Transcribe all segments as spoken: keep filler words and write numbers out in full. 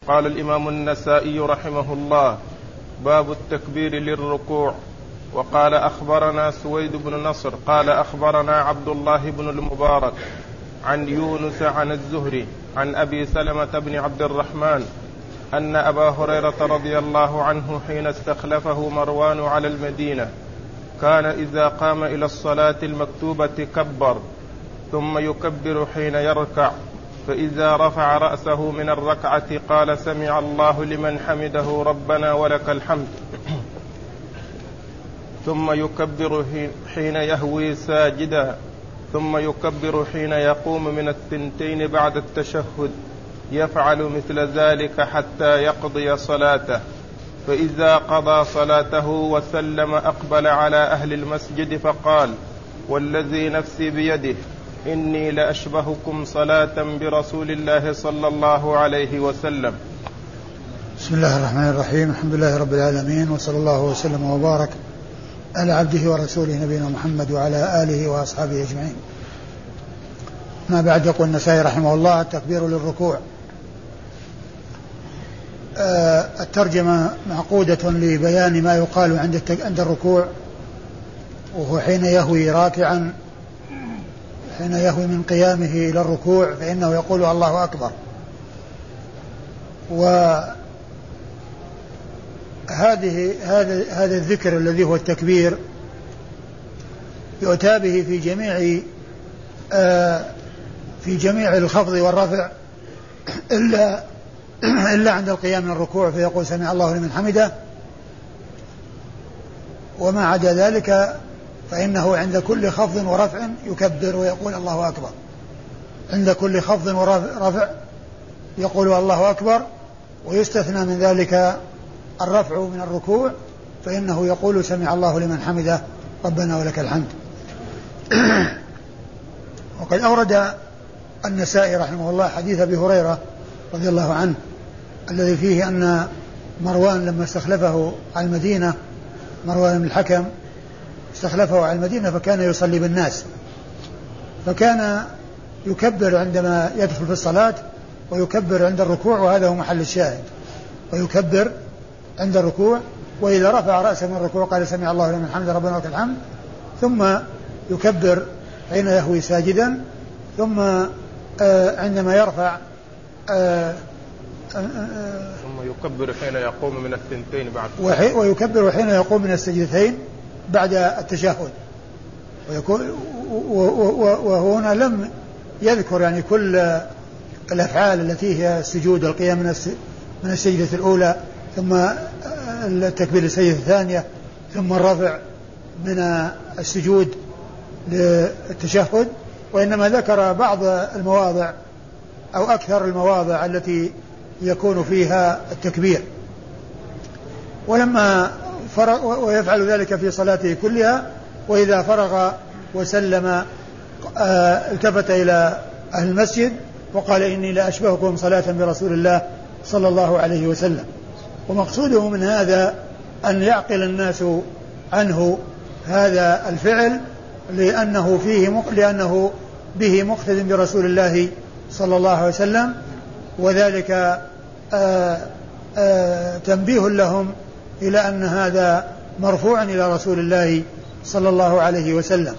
قال الإمام النسائي رحمه الله: باب التكبير للركوع. وقال أخبرنا سويد بن نصر قال أخبرنا عبد الله بن المبارك عن يونس عن الزهري عن أبي سلمة بن عبد الرحمن أن أبا هريرة رضي الله عنه حين استخلفه مروان على المدينة كان إذا قام إلى الصلاة المكتوبة كبر ثم يكبر حين يركع، فإذا رفع رأسه من الركعة قال: سمع الله لمن حمده ربنا ولك الحمد، ثم يكبر حين يهوي ساجدا، ثم يكبر حين يقوم من الثنتين بعد التشهد، يفعل مثل ذلك حتى يقضي صلاته، فإذا قضى صلاته وسلم أقبل على أهل المسجد فقال: والذي نفسي بيده إني لأشبهكم صلاة برسول الله صلى الله عليه وسلم. بسم الله الرحمن الرحيم. الحمد لله رب العالمين، وصلى الله وسلم وبارك على عبده ورسوله نبينا محمد وعلى آله وأصحابه أجمعين. ما بعد. يقول النسائي رحمه الله: التكبير للركوع. آه الترجمة معقودة لبيان ما يقال عند عند الركوع، وهو حين يهوي راكعا، حين يهوي من قيامه إلى الركوع فإنه يقول الله أكبر. وهذه هذا هذا الذكر الذي هو التكبير يؤتى به في جميع آه في جميع الخفض والرفع إلا إلا عند القيام من الركوع فيقول: سمع الله لمن حمده. وما عدا ذلك فإنه عند كل خفض ورفع يكبر ويقول الله أكبر. عند كل خفض ورفع يقول الله أكبر، ويستثنى من ذلك الرفع من الركوع فإنه يقول: سمع الله لمن حمده ربنا ولك الحمد. وقد أورد النسائي رحمه الله حديث أبي هريرة رضي الله عنه الذي فيه أن مروان لما استخلفه على المدينة، مروان بن الحكم استخلفه على المدينة فكان يصلي بالناس، فكان يكبر عندما يدخل في الصلاة ويكبر عند الركوع، وهذا هو محل الشاهد، ويكبر عند الركوع، وإذا رفع رأسه من الركوع قال: سمع الله لمن حمده ربنا ولك الحمد، ثم يكبر حين يهوي ساجدا، ثم آه عندما يرفع آه آه آه ثم يكبر حين يقوم من الثنتين بعد ويكبر حين يقوم من السجدتين بعد التشهد. وهنا لم يذكر يعني كل الأفعال التي هي السجود والقيام من السجدة الأولى، ثم التكبير للسجدة الثانية، ثم الرفع من السجود للتشهد، وإنما ذكر بعض المواضع أو أكثر المواضع التي يكون فيها التكبير. ولما فرغ، ويفعل ذلك في صلاته كلها، وإذا فرغ وسلم التفت إلى أهل المسجد وقال: إني لأشبهكم صلاة برسول الله صلى الله عليه وسلم. ومقصوده من هذا أن يعقل الناس عنه هذا الفعل، لأنه فيه لأنه به مقتد برسول الله صلى الله عليه وسلم، وذلك آآ آآ تنبيه لهم إلى أن هذا مرفوع إلى رسول الله صلى الله عليه وسلم.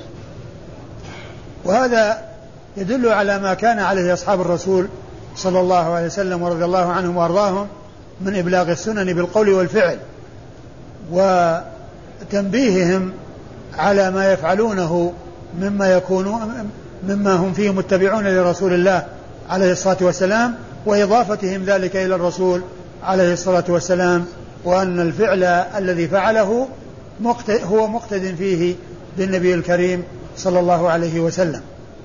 وهذا يدل على ما كان عليه أصحاب الرسول صلى الله عليه وسلم ورضي الله عنهم وأرضاهم من إبلاغ السنن بالقول والفعل، وتنبيههم على ما يفعلونه مما يكون مما هم فيه متبعون لرسول الله عليه الصلاة والسلام، وإضافتهم ذلك إلى الرسول عليه الصلاة والسلام، وأن الفعل الذي فعله هو مقتد فيه بالنبي الكريم صلى الله عليه وسلم.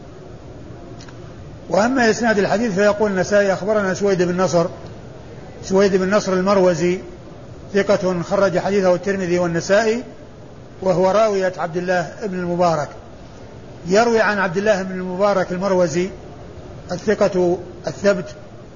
وأما إسناد الحديث فيقول النسائي: أخبرنا سويد بن نصر سويد بن نصر المروزي ثقة خرج حديثه الترمذي والنسائي، وهو راوية عبد الله بن المبارك، يروي عن عبد الله بن المبارك المروزي الثقة الثبت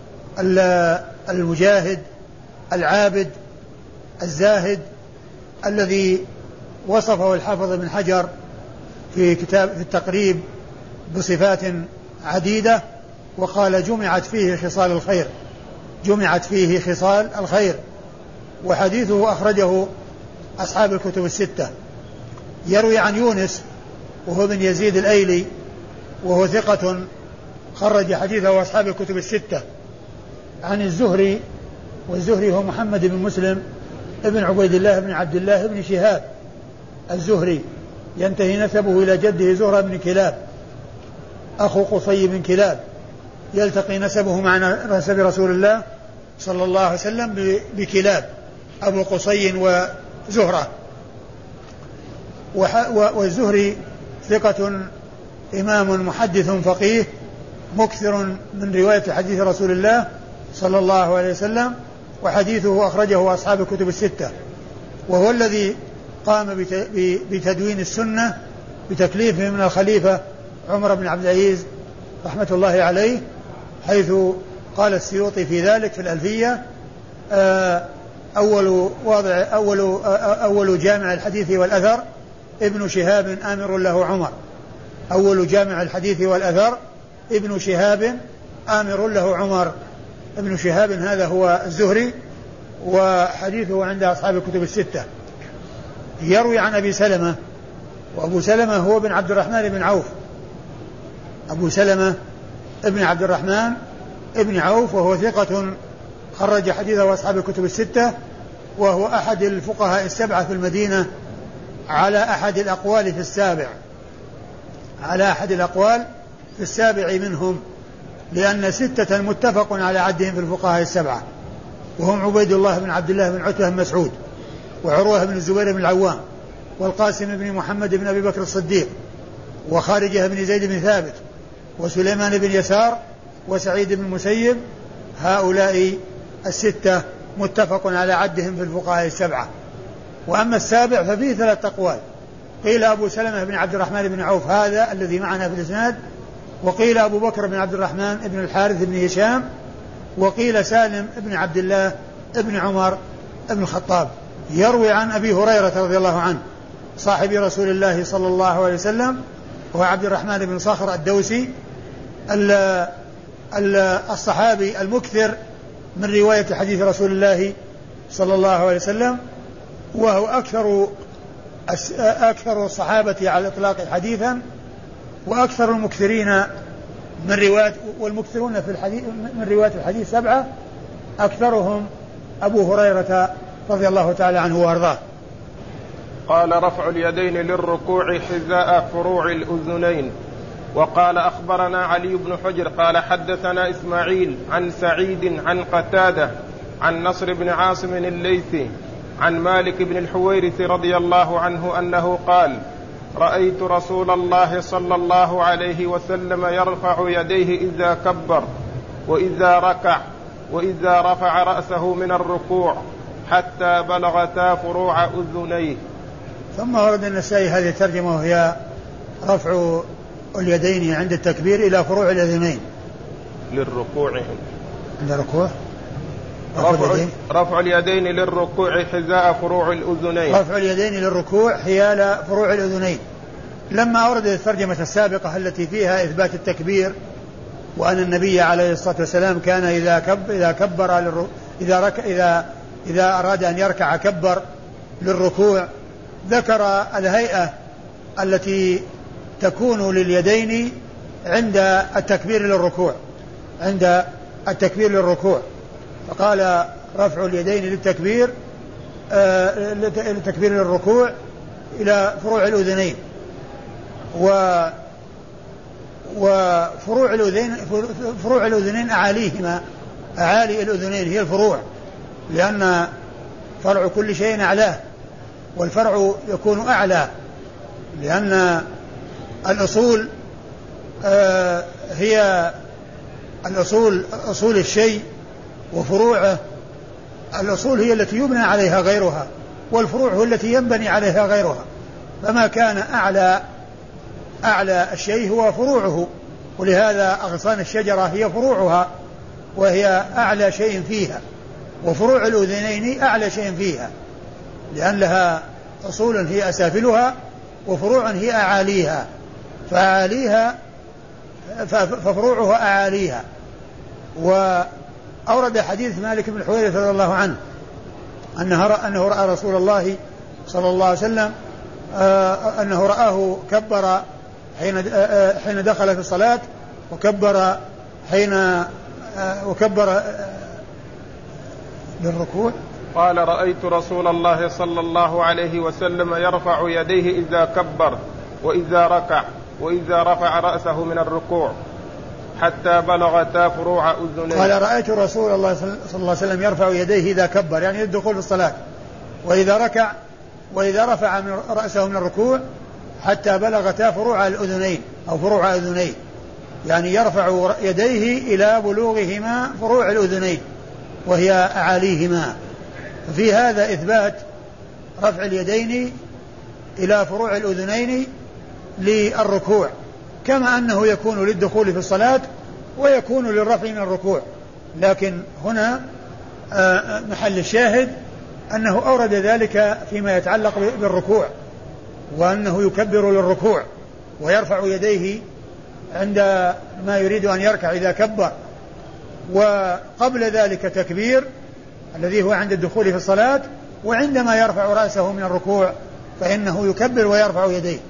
المجاهد العابد الزاهد الذي وصفه الحافظ بن حجر في كتاب في التقريب بصفات عديدة، وقال: جمعت فيه خصال الخير، جمعت فيه خصال الخير. وحديثه أخرجه أصحاب الكتب الستة. يروي عن يونس وهو بن يزيد الأيلي وهو ثقة خرج حديثه أصحاب الكتب الستة. عن الزهري، والزهري هو محمد بن مسلم ابن عبيد الله بن عبد الله بن شهاب الزهري، ينتهي نسبه إلى جده زهرة بن كلاب أخو قصي بن كلاب، يلتقي نسبه مع نسب رسول الله صلى الله عليه وسلم بكلاب أبو قصي وزهرة. والزهري ثقة إمام محدث فقيه مكثر من رواية حديث رسول الله صلى الله عليه وسلم، وحديثه أخرجه أصحاب الكتب الستة. وهو الذي قام بتدوين السنة بتكليفه من الخليفة عمر بن عبد العزيز رحمة الله عليه، حيث قال السيوطي في ذلك في الألفية: أول واضع أول أول جامع الحديث والأثر ابن شهاب آمر له عمر. أول جامع الحديث والأثر ابن شهاب آمر له عمر. ابن شهاب هذا هو الزهري، وحديثه عند أصحاب الكتب الستة. يروي عن أبي سلمة، وأبو سلمة هو بن عبد الرحمن بن عوف، أبو سلمة ابن عبد الرحمن ابن عوف، وهو ثقة خرج حديثه أصحاب الكتب الستة، وهو أحد الفقهاء السبعة في المدينة على أحد الأقوال في السابع على أحد الأقوال في السابع منهم، لأن ستة متفق على عدهم في الفقهاء السبعة، وهم عبيد الله بن عبد الله بن عتبة بن مسعود، وعروة بن الزبير بن العوام، والقاسم بن محمد بن أبي بكر الصديق، وخارجة بن زيد بن ثابت، وسليمان بن يسار، وسعيد بن المسيب. هؤلاء الستة متفق على عدهم في الفقهاء السبعة. وأما السابع ففيه ثلاث أقوال: قيل أبو سلمة بن عبد الرحمن بن عوف هذا الذي معنا في الإسناد، وقيل أبو بكر بن عبد الرحمن بن الحارث بن هشام، وقيل سالم بن عبد الله بن عمر بن الخطاب. يروي عن أبي هريرة رضي الله عنه صاحب رسول الله صلى الله عليه وسلم، وهو عبد الرحمن بن صخر الدوسي الصحابي المكثر من رواية حديث رسول الله صلى الله عليه وسلم، وهو أكثر أكثر الصحابة على الإطلاق حديثا، وأكثر المكثرين من رواية والمكثرون في الحديث من رواية الحديث سبعة، أكثرهم أبو هريرة رضي الله تعالى عنه وأرضاه. قال: رفع اليدين للركوع حذاء فروع الأذنين. وقال: أخبرنا علي بن حجر قال حدثنا إسماعيل عن سعيد عن قتادة عن نصر بن عاصم الليثي عن مالك بن الحويرث رضي الله عنه أنه قال: رأيت رسول الله صلى الله عليه وسلم يرفع يديه إذا كبر وإذا ركع وإذا رفع رأسه من الركوع حتى بلغتا فروع أذنيه. ثم ورد النسائي هذه الترجمة، وهي رفع اليدين عند التكبير إلى فروع الأذنين للركوع. عند الركوع رفع, رفع اليدين للركوع حذاء فروع الأذنين. رفع اليدين للركوع حيال فروع الأذنين. لما أورد الترجمة السابقة التي فيها إثبات التكبير، وأن النبي عليه الصلاة والسلام كان إذا كب إذا كبر للر... إذا رك... إذا إذا أراد أن يركع كبر للركوع، ذكر الهيئة التي تكون لليدين عند التكبير للركوع عند التكبير للركوع فقال: رفع اليدين للتكبير آه للتكبير للركوع إلى فروع الأذنين. و وفروع الأذنين فروع الأذنين أعاليهما أعالي الأذنين هي الفروع، لأن فرع كل شيء أعلاه، والفرع يكون أعلى، لأن الأصول آه هي الأصول أصول الشيء، وفروعه الأصول هي التي يبنى عليها غيرها، والفروع هي التي ينبني عليها غيرها. فما كان أعلى أعلى الشيء هو فروعه، ولهذا أغصان الشجرة هي فروعها، وهي أعلى شيء فيها، وفروع الأذنين أعلى شيء فيها، لأن لها أصول هي أسافلها، وفروع هي أعاليها، فأعاليها ففروعها أعاليها، أورد حديث مالك بن الحويرث رضي الله عنه أنه رأى, أنه رأى رسول الله صلى الله عليه وسلم آه أنه رآه كبر حين آه حين دخل في الصلاة وكبر حين آه وكبر آه للركوع. قال رأيت رسول الله صلى الله عليه وسلم يرفع يديه إذا كبر وإذا ركع وإذا رفع رأسه من الركوع حتى بلغتا فروع أذنيه. قال رأيت رسول الله صلى الله عليه وسلم يرفع يديه إذا كبر يعني الدخول في الصلاة وإذا ركع وإذا رفع من رأسه من الركوع حتى بلغتا فروع الأذنين أو فروع أذنيه يعني يرفع يديه إلى بلوغهما فروع الأذنين وهي أعاليهما. في هذا إثبات رفع اليدين إلى فروع الأذنين للركوع كما أنه يكون للدخول في الصلاة ويكون للرفع من الركوع. لكن هنا محل الشاهد أنه أورد ذلك فيما يتعلق بالركوع وأنه يكبر للركوع ويرفع يديه عند ما يريد أن يركع إذا كبر، وقبل ذلك تكبير الذي هو عند الدخول في الصلاة، وعندما يرفع رأسه من الركوع فإنه يكبر ويرفع يديه.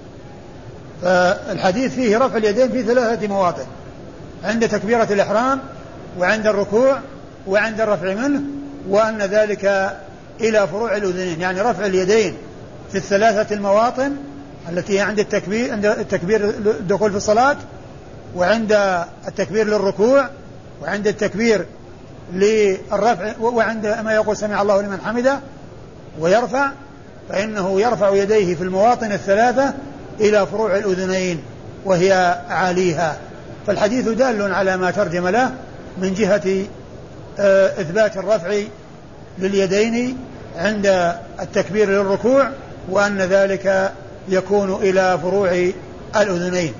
فالحديث فيه رفع اليدين في ثلاثة مواطن: عند تكبيرة الإحرام وعند الركوع وعند الرفع منه، وأن ذلك إلى فروع الأذنين، يعني رفع اليدين في الثلاثة المواطن التي هي عند التكبير عند التكبير الدخول في الصلاة، وعند التكبير للركوع، وعند التكبير للرفع، وعند ما يقول سمع الله لمن حمده ويرفع، فإنه يرفع يديه في المواطن الثلاثة إلى فروع الأذنين وهي أعاليها. فالحديث دال على ما ترجم له من جهة إثبات الرفع لليدين عند التكبير للركوع، وأن ذلك يكون إلى فروع الأذنين.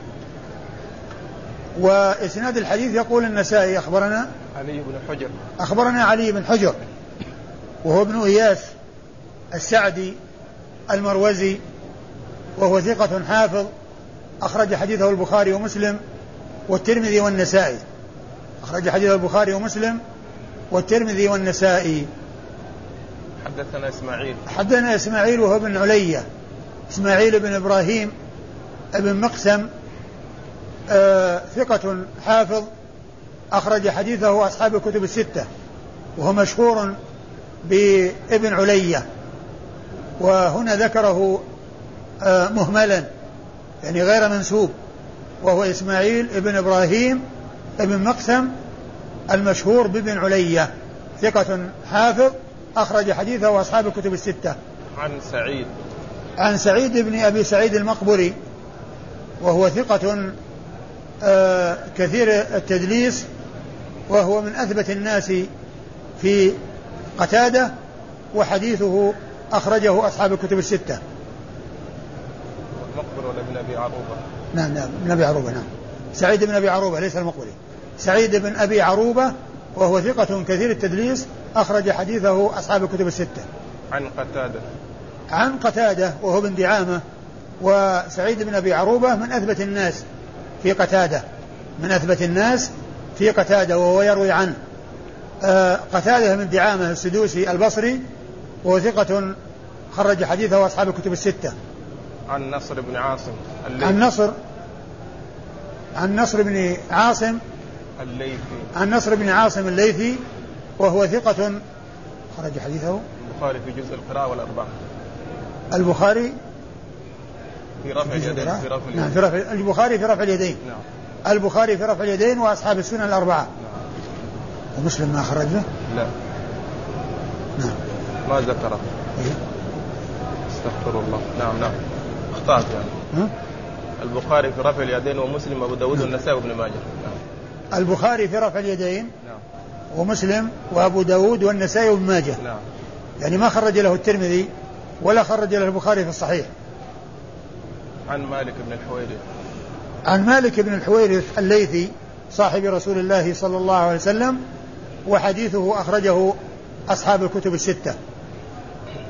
وإسناد الحديث يقول النسائي أخبرنا علي بن حجر أخبرنا علي بن حجر وهو ابن إياس السعدي المروزي، وهو ثقة حافظ أخرج حديثه البخاري ومسلم والترمذي والنسائي أخرج حديثه البخاري ومسلم والترمذي والنسائي. حدثنا إسماعيل حدثنا إسماعيل وهو ابن علية إسماعيل بن إبراهيم ابن مقسم آه ثقة حافظ أخرج حديثه أصحاب الكتب الستة، وهو مشهور بابن علية، وهنا ذكره آه مهملا يعني غير منسوب، وهو إسماعيل ابن إبراهيم ابن مقسم المشهور بابن علية ثقة حافظ أخرج حديثه أصحاب الكتب الستة. عن سعيد عن سعيد بن أبي سعيد المقبري، وهو ثقة آه كثير التدليس، وهو من أثبت الناس في قتادة، وحديثه أخرجه أصحاب الكتب الستة. المقبر ولا ابن أبي عروبة؟ نعم نعم ابن أبي عروبة، نعم سعيد بن أبي عروبة ليس المقبري، سعيد بن أبي عروبة، وهو ثقة كثير التدليس أخرج حديثه أصحاب الكتب الستة. عن قتادة عن قتادة وهو بن دعامة، وسعيد بن أبي عروبة من أثبت الناس في قتادة من أثبت الناس في قتادة وهو يروي عنه آه قتادة من دعامة السدوسي البصري، وهو ثقة خرج حديثه أصحاب الكتب الستة. عن نصر بن عاصم الليثي عن نصر عن نصر بن عاصم الليثي عن نصر بن عاصم الليثي، وهو ثقة خرج حديثه البخاري في جزء القراءة والأربعة. البخاري في رفع اليدين في رفع اليدين نعم في رفع البخاري في رفع اليدين نعم. البخاري في رفع اليدين وأصحاب السنن الأربعة. نعم. ومسلم ما خرجه؟ لا نعم ما ذكره. إيه؟ استغفر الله. نعم نعم اخطأت يعني. ها؟ البخاري في رفع اليدين ومسلم وابو داود والنسائي وابن ماجه. نعم. البخاري في رفع اليدين نعم. ومسلم وابو داود والنسائي وابن ماجه. نعم. يعني ما خرج له الترمذي ولا خرج له البخاري في الصحيح. عن مالك بن الحويرث عن مالك بن الحويرث الليثي صاحب رسول الله صلى الله عليه وسلم، وحديثه أخرجه أصحاب الكتب الستة.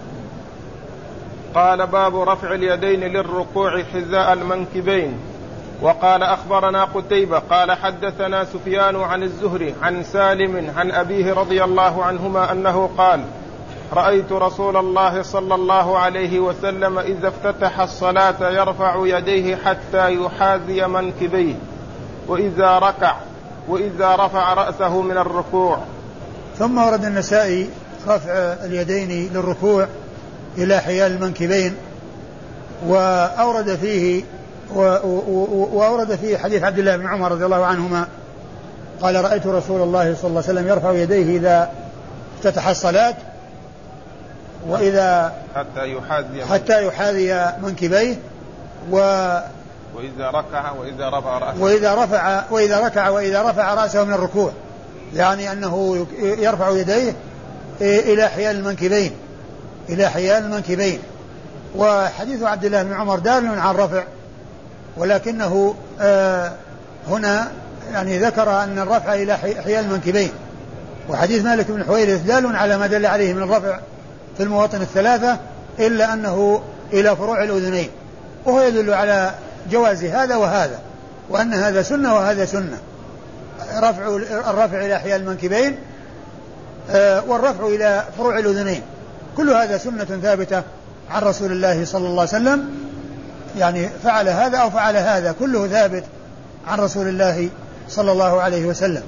قال: باب رفع اليدين للركوع حذاء المنكبين. وقال أخبرنا قتيبة قال حدثنا سفيان عن الزهري عن سالم عن أبيه رضي الله عنهما أنه قال رأيت رسول الله صلى الله عليه وسلم إذا افتتح الصلاة يرفع يديه حتى يحاذي منكبيه وإذا ركع وإذا رفع رأسه من الركوع. ثم ورد النسائي رفع اليدين للركوع إلى حيال المنكبين، وأورد فيه وأورد فيه حديث عبد الله بن عمر رضي الله عنهما قال رأيت رسول الله صلى الله عليه وسلم يرفع يديه إذا افتتح الصلاة وإذا حتى يحاذي حتى يحاذي منكبيه و وإذا ركع وإذا رفع رأسه وإذا رفع وإذا ركع وإذا رفع رأسه من الركوع، يعني أنه يرفع يديه إلى حيال المنكبين إلى حيال المنكبين. وحديث عبد الله بن عمر دال عن الرفع، ولكنه آه هنا يعني ذكر أن الرفع إلى حيال المنكبين، وحديث مالك بن حويرث دال على ما دل عليه من الرفع في المواطن الثلاثة إلا أنه إلى فروع الأذنين، وهو يدل على جواز هذا وهذا، وأن هذا سنة وهذا سنة، رفع الرفع إلى حيال المنكبين آه والرفع إلى فروع الأذنين، كل هذا سنة ثابتة عن رسول الله صلى الله عليه وسلم، يعني فعل هذا أو فعل هذا كله ثابت عن رسول الله صلى الله عليه وسلم.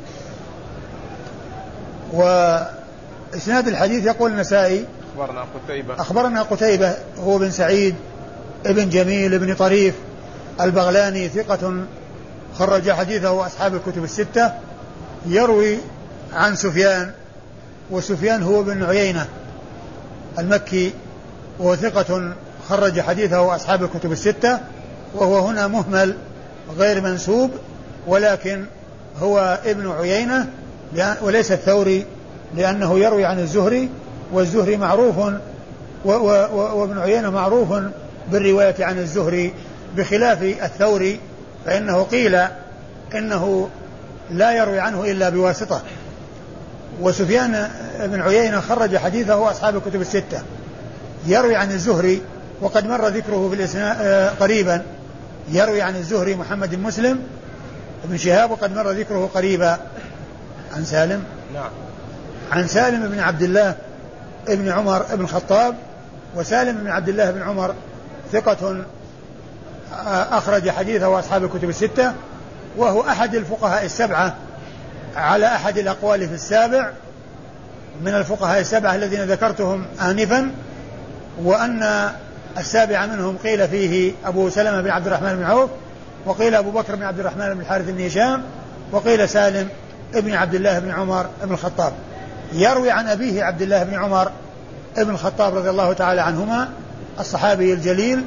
وإسناد الحديث يقول النسائي أخبرنا قتيبة أخبرنا قتيبة هو بن سعيد ابن جميل ابن طريف البغلاني ثقة خرج حديثه أصحاب الكتب الستة، يروي عن سفيان، وسفيان هو بن عيينة المكي وهو ثقة خرج حديثه أصحاب الكتب الستة، وهو هنا مهمل غير منسوب، ولكن هو ابن عيينة وليس الثوري، لأنه يروي عن الزهري، والزهري معروف وابن عيينة معروف بالرواية عن الزهري بخلاف الثوري، فإنه قيل إنه لا يروي عنه إلا بواسطة. وسفيان بن عيينة خرج حديثه أصحاب الكتب الستة، يروي عن الزهري وقد مر ذكره في الإسناد قريبا، يروي عن الزهري محمد بن مسلم بن شهاب وقد مر ذكره قريبا عن سالم نعم عن سالم بن عبد الله ابن عمر بن الخطاب. وسالم بن عبد الله بن عمر ثقة أخرج حديثه أصحاب الكتب الستة، وهو أحد الفقهاء السبعة على أحد الأقوال في السابع من الفقهاء السبعة الذين ذكرتهم آنفا، وأن السابع منهم قيل فيه أبو سلمة بن عبد الرحمن بن عوف، وقيل أبو بكر بن عبد الرحمن بن الحارث بن هشام، وقيل سالم ابن عبد الله بن عمر بن الخطاب. يروي عن أبيه عبد الله بن عمر ابن الخطاب رضي الله تعالى عنهما الصحابي الجليل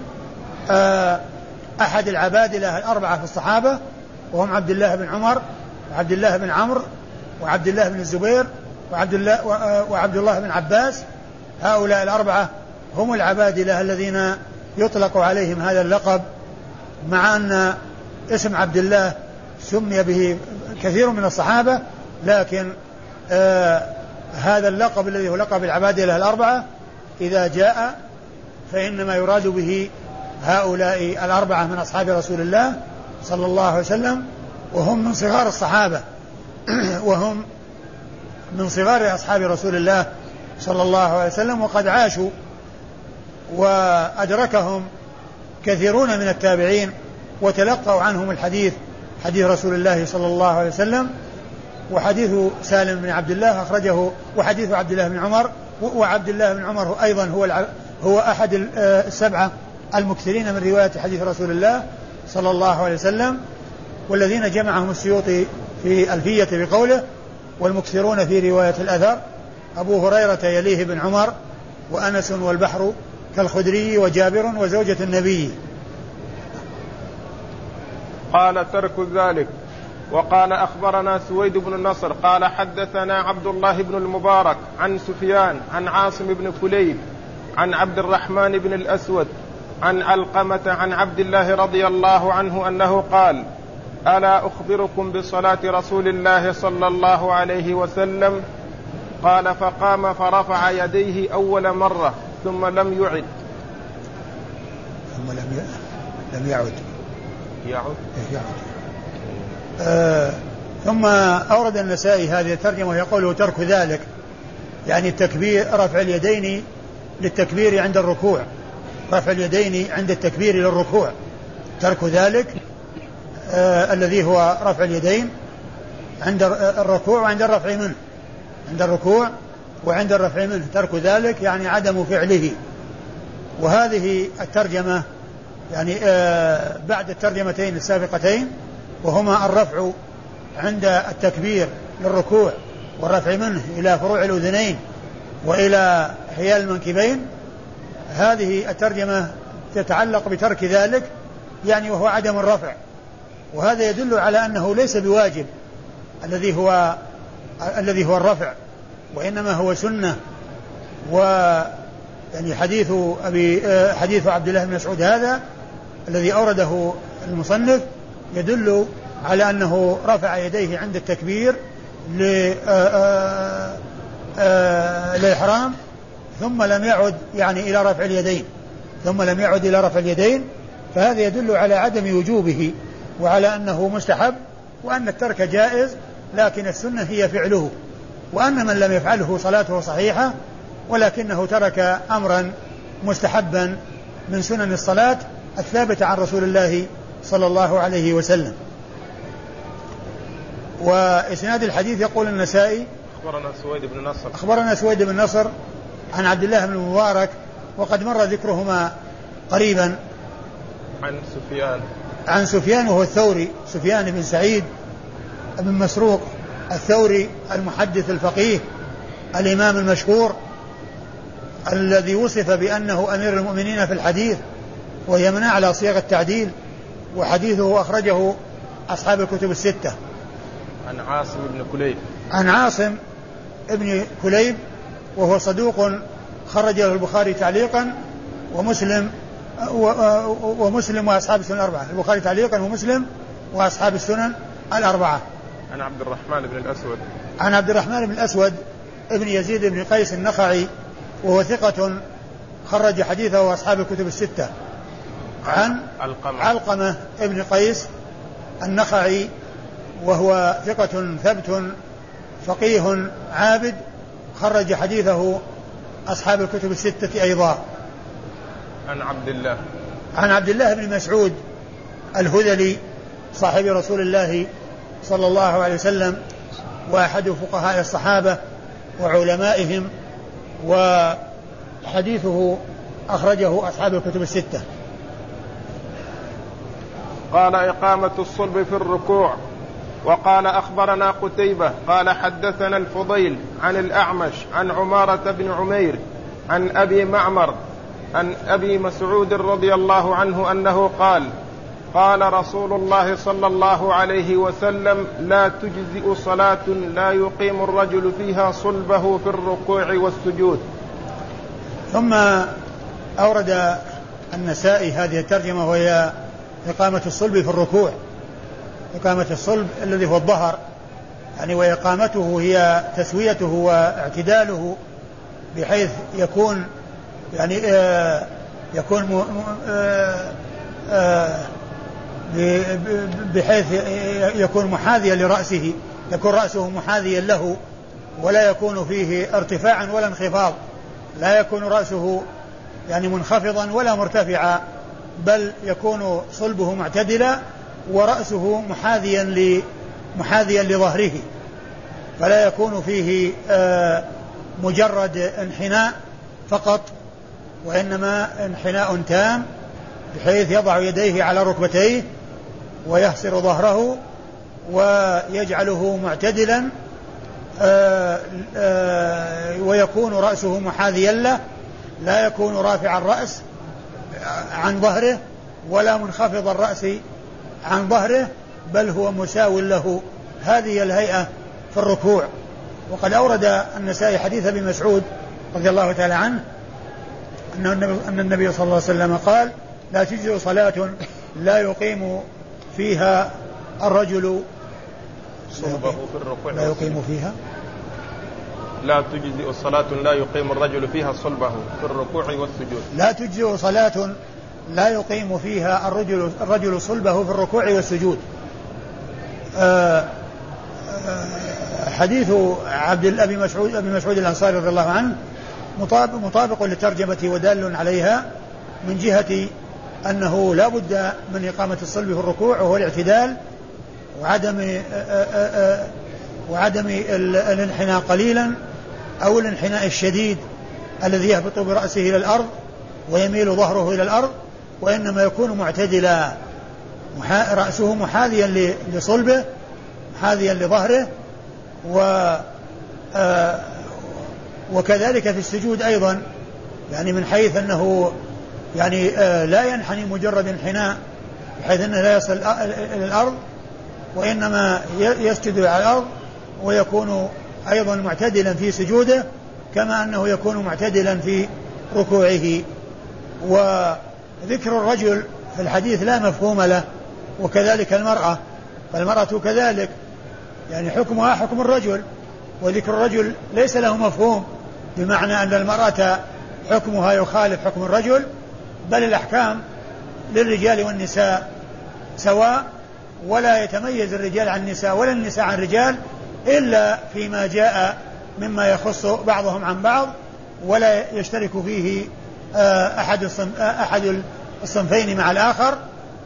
أحد العبادلة الأربعة في الصحابة، وهم عبد الله بن عمر وعبد الله بن عمرو وعبد الله بن الزبير وعبد الله وعبد الله بن عباس. هؤلاء الأربعة هم العبادلة الذين يطلق عليهم هذا اللقب، مع أن اسم عبد الله سمي به كثير من الصحابة، لكن آه هذا اللقب الذي هو لقب العبادلة الأربعة إذا جاء فإنما يراد به هؤلاء الأربعة من أصحاب رسول الله صلى الله عليه وسلم، وهم من صغار الصحابة وهم من صغار أصحاب رسول الله صلى الله عليه وسلم، وقد عاشوا وأدركهم كثيرون من التابعين وتلقوا عنهم الحديث حديث رسول الله صلى الله عليه وسلم. وحديث سالم بن عبد الله أخرجه، وحديث عبد الله بن عمر، وعبد الله بن عمر أيضا هو هو أحد السبعة المكثرين من رواية حديث رسول الله صلى الله عليه وسلم، والذين جمعهم السيوطي في ألفية بقوله والمكثرون في رواية الأثر أبو هريرة يليه بن عمر وأنس والبحر كالخدري وجابر وزوجة النبي. قال ترك ذلك. وقال أخبرنا سويد بن النصر قال حدثنا عبد الله بن المبارك عن سفيان عن عاصم بن كليب عن عبد الرحمن بن الأسود عن علقمة عن عبد الله رضي الله عنه أنه قال ألا أخبركم بصلاة رسول الله صلى الله عليه وسلم؟ قال فقام فرفع يديه أول مرة ثم لم يعد ثم لم لم يعد يعود يعود. آه ثم أورد النسائي هذه الترجمة يقول ترك ذلك يعني التكبير رفع اليدين للتكبير عند الركوع، رفع اليدين عند التكبير للركوع، ترك ذلك آه الذي هو رفع اليدين عند الركوع وعند الرفع منه، عند الركوع وعند الرفع منه ترك ذلك يعني عدم فعله. وهذه الترجمة يعني آه بعد الترجمتين السابقتين وهما الرفع عند التكبير للركوع والرفع منه إلى فروع الأذنين وإلى حيال المنكبين، هذه الترجمة تتعلق بترك ذلك يعني وهو عدم الرفع، وهذا يدل على أنه ليس بواجب الذي هو الذي هو الرفع، وإنما هو سنة. و يعني حديث أبي حديث عبد الله بن مسعود هذا الذي أورده المصنف يدل على أنه رفع يديه عند التكبير للإحرام ثم لم يعد يعني إلى رفع اليدين ثم لم يعد إلى رفع اليدين فهذا يدل على عدم وجوبه وعلى أنه مستحب وأن الترك جائز، لكن السنة هي فعله، وأن من لم يفعله صلاته صحيحة ولكنه ترك أمرا مستحبا من سنن الصلاة الثابتة عن رسول الله صلى الله عليه وسلم. وإسناد الحديث يقول النسائي أخبرنا سويد بن نصر أخبرنا سويد بن نصر عن عبد الله بن المبارك وقد مر ذكرهما قريبا، عن سفيان عن سفيان وهو الثوري سفيان بن سعيد بن مسروق الثوري المحدث الفقيه الإمام المشهور الذي وصف بأنه أمير المؤمنين في الحديث ويمنع على صيغ التعديل، وحديثه أخرجه أصحاب الكتب الستة. عن عاصم بن كليب عن عاصم ابن كليب وهو صدوق خرج له البخاري تعليقا ومسلم ومسلم وأصحاب السنن الأربعة، البخاري تعليقا ومسلم وأصحاب السنن الأربعة. عن عبد الرحمن بن الأسود عن عبد الرحمن بن الأسود ابن يزيد بن قيس النخعي وهو ثقة خرج حديثه أصحاب الكتب الستة. عن علقمة, علقمة ابن قيس النخعي وهو ثقة ثبت فقيه عابد خرج حديثه أصحاب الكتب الستة أيضا. عن عبد الله عن عبد الله بن مسعود الهذلي صاحب رسول الله صلى الله عليه وسلم وأحد فقهاء الصحابة وعلمائهم، وحديثه أخرجه أصحاب الكتب الستة. قال إقامة الصلب في الركوع. وقال أخبرنا قتيبة قال حدثنا الفضيل عن الأعمش عن عمارة بن عمير عن أبي معمر عن أبي مسعود رضي الله عنه أنه قال قال رسول الله صلى الله عليه وسلم لا تجزئ صلاة لا يقيم الرجل فيها صلبه في الركوع والسجود. ثم أورد النسائي هذه الترجمة وهي إقامة الصلب في الركوع، إقامة الصلب الذي هو الظهر يعني، وإقامته هي تسويته واعتداله بحيث يكون يعني آه يكون آه آه بحيث يكون محاذيا لرأسه، يكون رأسه محاذيا له ولا يكون فيه ارتفاعا ولا انخفاض، لا يكون رأسه يعني منخفضا ولا مرتفعا، بل يكون صلبه معتدلا ورأسه محاذيا محاذيا لظهره، فلا يكون فيه آه مجرد انحناء فقط، وإنما انحناء تام بحيث يضع يديه على ركبتيه ويحصر ظهره ويجعله معتدلا آآ آآ ويكون رأسه محاذيا له، لا يكون رافع الرأس عن ظهره ولا منخفض الرأس عن ظهره، بل هو مساو له. هذه الهيئة في الركوع. وقد أورد النسائي حديث ابن مسعود رضي الله تعالى عنه أن النبي صلى الله عليه وسلم قال لا تجزئ صلاة لا يقيم فيها الرجل صلبه في الركوع لا يقيم فيها لا تجزئ صلاة لا يقيم الرجل فيها صلبه في الركوع والسجود. لا تجزئ صلاة لا يقيم فيها الرجل, الرجل صلبه في الركوع والسجود. آآ آآ حديث عبد الأبي مسعود أبي مسعود الأنصاري رضي الله عنه مطابق, مطابق للترجمة ودال عليها من جهة أنه لا بد من إقامة الصلب في الركوع وهو الاعتدال وعدم آآ آآ وعدم الانحناء قليلا أو الانحناء الشديد الذي يهبط برأسه إلى الأرض ويميل ظهره إلى الأرض، وإنما يكون معتدلا رأسه محاذيا لصلبه محاذيا لظهره. و وكذلك في السجود أيضا، يعني من حيث أنه يعني لا ينحني مجرد انحناء بحيث أنه لا يصل إلى الأرض، وإنما يسجد على الأرض ويكون أيضا معتدلا في سجوده كما أنه يكون معتدلا في ركوعه. وذكر الرجل في الحديث لا مفهوم له، وكذلك المرأة، فالمرأة كذلك يعني حكمها حكم الرجل، وذكر الرجل ليس له مفهوم بمعنى أن المرأة حكمها يخالف حكم الرجل، بل الأحكام للرجال والنساء سواء، ولا يتميز الرجال عن النساء ولا النساء عن الرجال إلا فيما جاء مما يخص بعضهم عن بعض، ولا يشترك فيه أحد أحد الصنفين مع الآخر.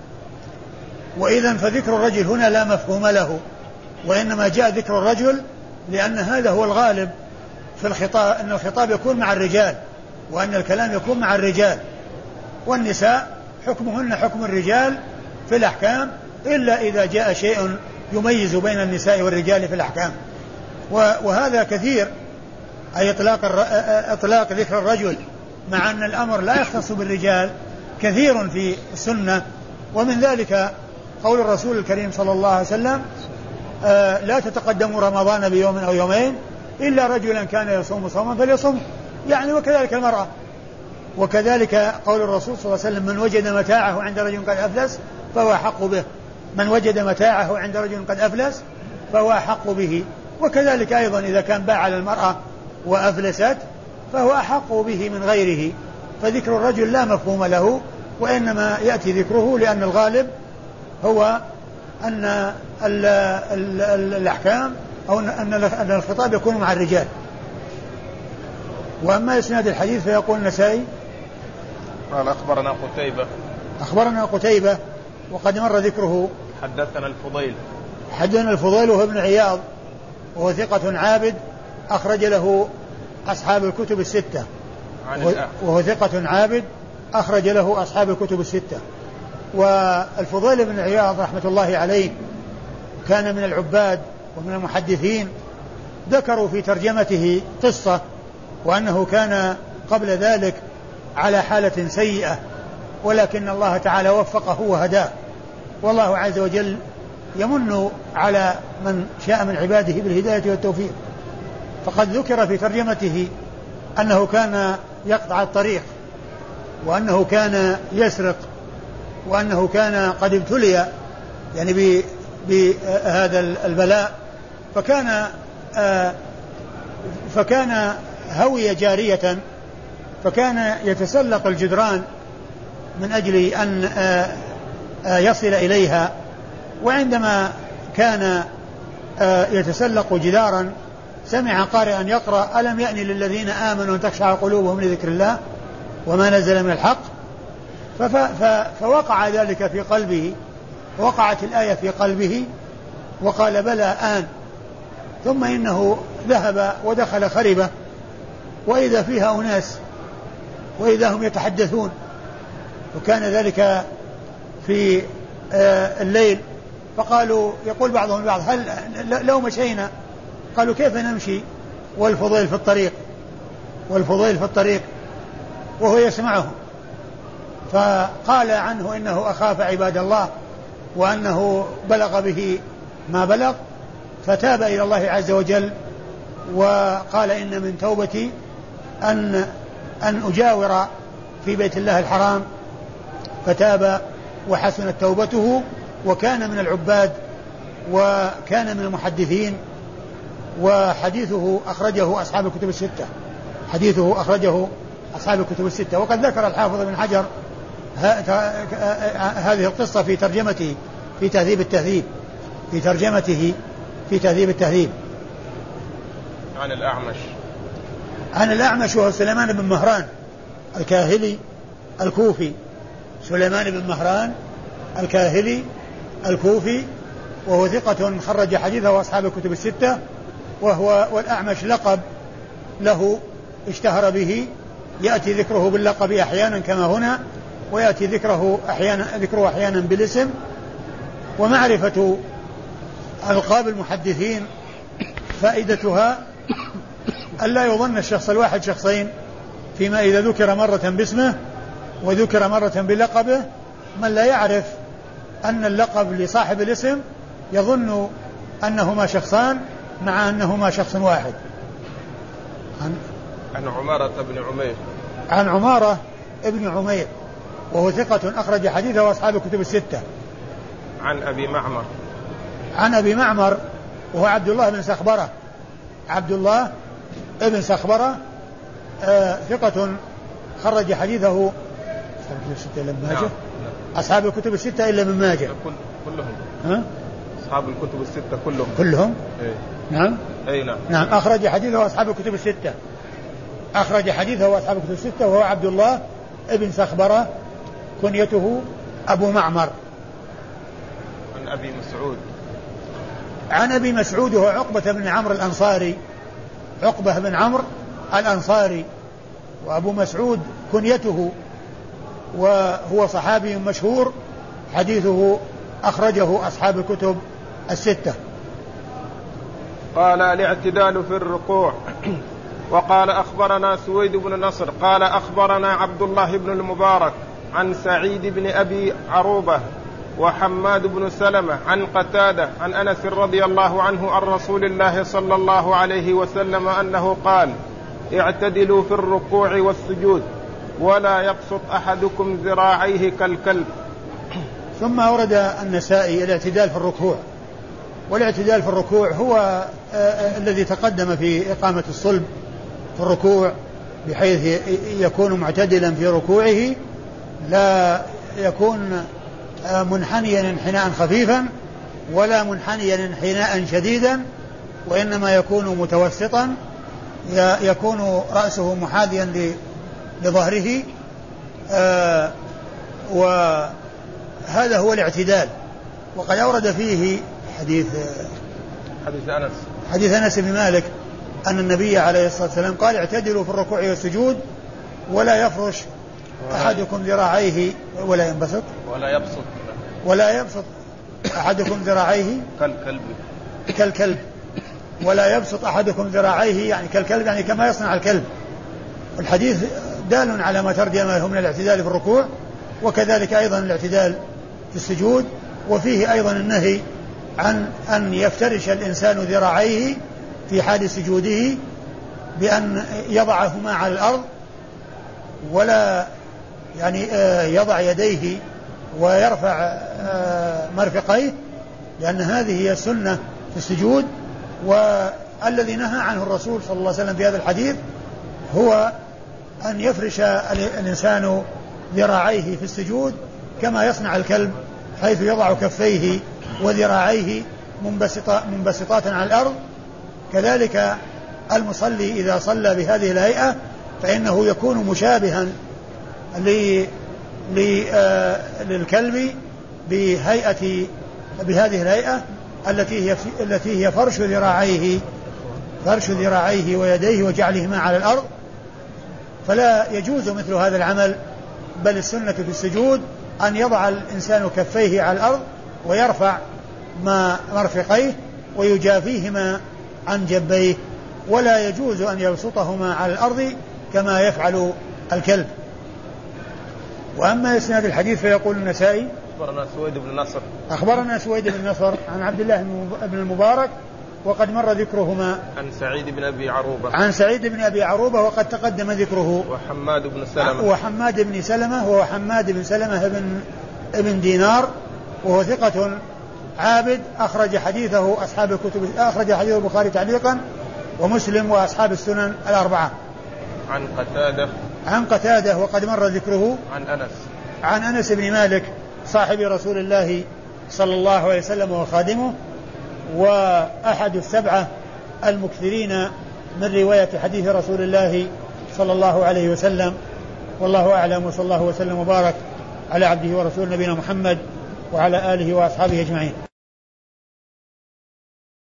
وإذن فذكر الرجل هنا لا مفهوم له، وإنما جاء ذكر الرجل لأن هذا هو الغالب في الخطاب، أن الخطاب يكون مع الرجال وأن الكلام يكون مع الرجال، والنساء حكمهن حكم الرجال في الأحكام إلا إذا جاء شيء يميز بين النساء والرجال في الأحكام. وهذا كثير، أي إطلاق, إطلاق ذكر الرجل مع أن الأمر لا يختص بالرجال كثير في السنة. ومن ذلك قول الرسول الكريم صلى الله عليه وسلم آه لا تتقدموا رمضان بيوم أو يومين إلا رجلا كان يصوم صوما فليصوم، يعني وكذلك المرأة. وكذلك قول الرسول صلى الله عليه وسلم من وجد متاعه عند رجل قد أفلس فهو أحق به، من وجد متاعه عند رجل قد أفلس فهو أحق به. وكذلك أيضا إذا كان باع على المرأة وأفلست فهو أحق به من غيره. فذكر الرجل لا مفهوم له، وإنما يأتي ذكره لأن الغالب هو أن ال ال ال الأحكام أو أن الخطاب يكون مع الرجال. وأما إسناد الحديث فيقول النسائي قال أخبرنا قتيبة أخبرنا قتيبة وقد مر ذكره. حدثنا الفضيل حدثنا الفضيل وهو ابن عياض وهو ثقة عابد أخرج له أصحاب الكتب الستة، وهو ثقة عابد أخرج له أصحاب الكتب الستة. والفضيل بن عياض رحمة الله عليه كان من العباد ومن المحدثين. ذكروا في ترجمته قصة، وأنه كان قبل ذلك على حالة سيئة، ولكن الله تعالى وفقه وهداه، والله عز وجل يمن على من شاء من عباده بالهداية والتوفيق. فقد ذكر في ترجمته أنه كان يقطع الطريق، وأنه كان يسرق، وأنه كان قد ابتلي يعني بهذا البلاء، فكان آه فكان هوي جارية، فكان يتسلق الجدران من أجل أن آه آه يصل إليها. وعندما كان آه يتسلق جدارا سمع قارئا يقرأ ألم يأن للذين آمنوا أن تخشع قلوبهم لذكر الله وما نزل من الحق، فوقع ذلك في قلبه، وقعت الآية في قلبه وقال بلى آن. ثم إنه ذهب ودخل خربة وإذا فيها أناس وإذا هم يتحدثون، وكان ذلك في الليل. فقالوا يقول بعضهم البعض هل لو مشينا، قالوا كيف نمشي والفضيل في الطريق والفضيل في الطريق وهو يسمعهم. فقال عنه إنه أخاف عباد الله وأنه بلغ به ما بلغ، فتاب إلى الله عز وجل وقال إن من توبتي أن أن أجاور في بيت الله الحرام، فتاب وحسنت توبته وكان من العباد وكان من المحدثين. وحديثه أخرجه أصحاب الكتب الستة، حديثه أخرجه أصحاب الكتب الستة. وقد ذكر الحافظ بن حجر هذه القصة في ترجمته في تهذيب التهذيب في ترجمته في تهذيب التهذيب. عن الأعمش عن الأعمش وهو سليمان بن مهران الكاهلي الكوفي، سليمان بن مهران الكاهلي الكوفي، وهو ثقة خرج حديثه وأصحاب الكتب الستة. وهو والأعمش لقب له اشتهر به، يأتي ذكره باللقب أحيانا كما هنا، ويأتي ذكره أحيانا ذكره أحيانا بالاسم. ومعرفة ألقاب المحدثين فائدتها ألا يظن الشخص الواحد شخصين، فيما إذا ذكر مرة باسمه وذكر مرة بلقبه، من لا يعرف أن اللقب لصاحب الاسم يظن أنهما شخصان مع أنهما شخص واحد. عن, عن عمارة بن عمير عن عمارة ابن عمير وهو ثقة أخرج حديثه وأصحاب الكتب الستة. عن أبي معمر عن أبي معمر وهو عبد الله بن سخبرة عبد الله ابن سخبرة آه ثقة خرج حديثه أصحاب الكتب الستة إلا من ماجه كلهم. ها؟ أصحاب الكتب الستة كلهم كلهم إيه؟ نعم أي نعم نعم أخرج حديثه أصحاب الكتب الستة أخرج حديثه أصحاب الكتب الستة وهو عبد الله ابن سخبرة كنيته أبو معمر. عن أبي مسعود عن أبي مسعود وهو عقبة بن عمرو الأنصاري عقبة بن عمرو الأنصاري، وأبو مسعود كنيته، وهو صحابي مشهور حديثه أخرجه أصحاب الكتب الستة. قال الاعتدال في الركوع. وقال أخبرنا سويد بن نصر قال أخبرنا عبد الله بن المبارك عن سعيد بن أبي عروبة وحماد بن سلمة عن قتادة عن أنس رضي الله عنه عن رسول الله صلى الله عليه وسلم أنه قال اعتدلوا في الركوع والسجود ولا يبسط أحدكم ذراعيه كالكلب. ثم ورد النسائي الاعتدال في الركوع، والاعتدال في الركوع هو آه الذي تقدم في إقامة الصلب في الركوع، بحيث يكون معتدلا في ركوعه، لا يكون آه منحنيا انحناء خفيفا ولا منحنيا انحناء شديدا، وإنما يكون متوسطا، يكون رأسه محاذيا لظهره، آه وهذا هو الاعتدال. وقد أورد فيه حديث حديث أنس حديث أنس بن مالك أن النبي عليه الصلاة والسلام قال اعتدلوا في الركوع والسجود ولا يفرش أحدكم ذراعيه ولا ينبسط ولا يبسط ولا يبسط أحدكم ذراعيه كالكلب كالكلب ولا يبسط أحدكم ذراعيه يعني كالكلب، يعني كما يصنع الكلب. الحديث دال على ما ترجمه من الاعتدال في الركوع، وكذلك أيضا الاعتدال في السجود، وفيه أيضا النهي عن أن يفترش الإنسان ذراعيه في حال سجوده بأن يضعهما على الأرض، ولا يعني يضع يديه ويرفع مرفقيه، لأن هذه هي السنة في السجود. والذي نهى عنه الرسول صلى الله عليه وسلم في هذا الحديث هو أن يفرش الإنسان ذراعيه في السجود كما يصنع الكلب، حيث يضع كفيه وذراعيه منبسطات على الأرض. كذلك المصلي إذا صلى بهذه الهيئة فإنه يكون مشابها للكلب بهيئة بهذه الهيئة التي هي التي هي فرش ذراعيه فرش ذراعيه ويديه وجعلهما على الأرض. فلا يجوز مثل هذا العمل، بل السنة في السجود أن يضع الإنسان كفيه على الأرض ويرفع ما مرفقيه ويجافيهما عن جنبيه، ولا يجوز أن يبسطهما على الأرض كما يفعل الكلب. وأما إسناد الحديث فيقول النسائي أخبرنا سويد بن نصر أخبرنا سويد بن نصر عن عبد الله بن المبارك وقد مر ذكرهما، عن سعيد بن أبي عروبة عن سعيد بن أبي عروبة وقد تقدم ذكره، وحماد بن سلمة وحماد بن سلمة وهو حماد بن سلمة بن ابن دينار وهو ثقة عابد أخرج حديثه أصحاب الكتب أخرج حديثه البخاري تعليقا ومسلم وأصحاب السنن الأربعة. عن قتادة عن قتادة وقد مر ذكره، عن أنس عن أنس بن مالك صاحب رسول الله صلى الله عليه وسلم وخادمه، وأحد السبعة المكثرين من رواية حديث رسول الله صلى الله عليه وسلم. والله أعلم، وصلى الله وسلم وبارك على عبده ورسول نبينا محمد وعلى آله وأصحابه أجمعين.